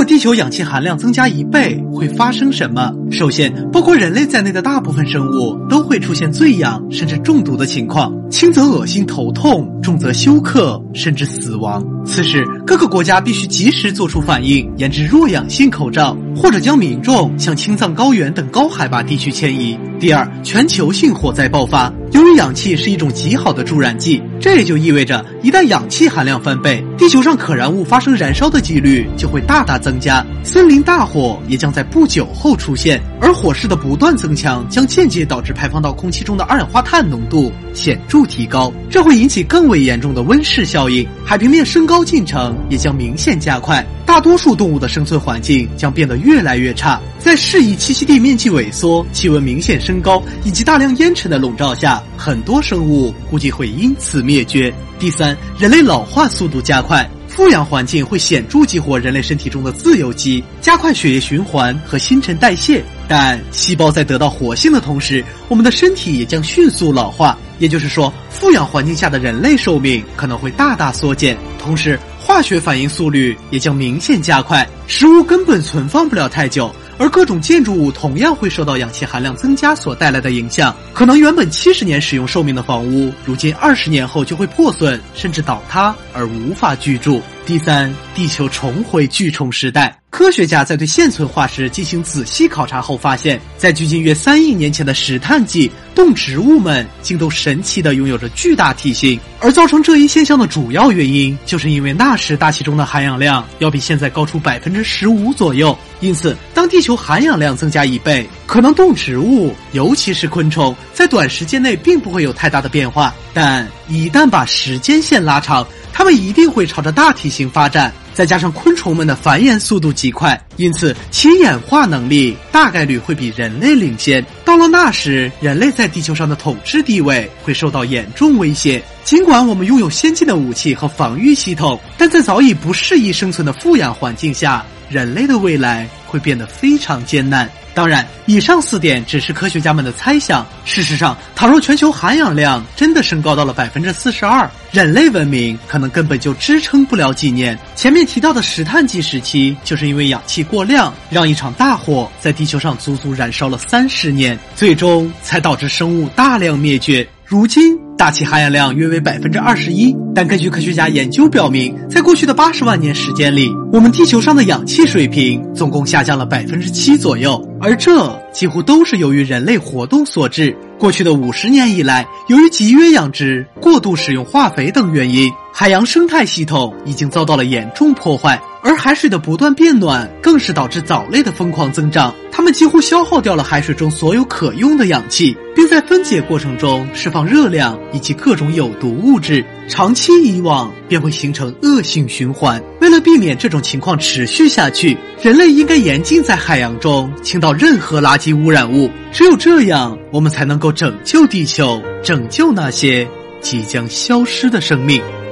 果地球氧气含量增加1倍，会发生什么？首先，包括人类在内的大部分生物都会出现醉氧甚至中毒的情况，轻则恶心头痛，重则休克甚至死亡。此时，各个国家必须及时做出反应，研制弱氧性口罩，或者将民众向青藏高原等高海拔地区迁移。第二，全球性火灾爆发。由于氧气是一种极好的助燃剂，这也就意味着一旦氧气含量翻倍，地球上可燃物发生燃烧的几率就会大大增加，森林大火也将在不久后出现，而火势的不断增强将间接导致排放到空气中的二氧化碳浓度显著提高，这会引起更为严重的温室效应，海平面升高进程也将明显加快，大多数动物的生存环境将变得越来越差。在适宜栖息地面积萎缩、气温明显升高以及大量烟尘的笼罩下，很多生物估计会因此灭绝。第三，人类老化速度加快。富氧环境会显著激活人类身体中的自由基，加快血液循环和新陈代谢，但细胞在得到活性的同时，我们的身体也将迅速老化，也就是说，富氧环境下的人类寿命可能会大大缩减，同时化学反应速率也将明显加快，食物根本存放不了太久，而各种建筑物同样会受到氧气含量增加所带来的影响，可能原本70年使用寿命的房屋，如今20年后就会破损甚至倒塌而无法居住。第三，地球重回巨虫时代。科学家在对现存化石进行仔细考察后发现，在距今约3亿年前的石炭纪，动植物们竟都神奇地拥有着巨大体型，而造成这一现象的主要原因，就是因为那时大气中的含氧量要比现在高出15%左右。因此，当地球含氧量增加1倍，可能动植物，尤其是昆虫，在短时间内并不会有太大的变化，但一旦把时间线拉长，它们一定会朝着大体型发展，再加上昆虫们的繁衍速度极快，因此其演化能力大概率会比人类领先。到了那时，人类在地球上的统治地位会受到严重威胁。尽管我们拥有先进的武器和防御系统，但在早已不适宜生存的富氧环境下，人类的未来会变得非常艰难。当然，以上4点只是科学家们的猜想。事实上，倘若全球含氧量真的升高到了42%，人类文明可能根本就支撑不了几年。前面提到的石炭纪时期，就是因为氧气过量，让一场大火在地球上足足燃烧了30年，最终才导致生物大量灭绝。如今大气含氧量约为21%，但根据科学家研究表明，在过去的80万年时间里，我们地球上的氧气水平总共下降了7%左右，而这几乎都是由于人类活动所致。过去的50年以来，由于集约养殖、过度使用化肥等原因，海洋生态系统已经遭到了严重破坏，而海水的不断变暖更是导致藻类的疯狂增长，它们几乎消耗掉了海水中所有可用的氧气，并在分解过程中释放热量以及各种有毒物质，长期以往便会形成恶性循环。为了避免这种情况持续下去，人类应该严禁在海洋中倾倒任何垃圾污染物，只有这样，我们才能够拯救地球，拯救那些即将消失的生命。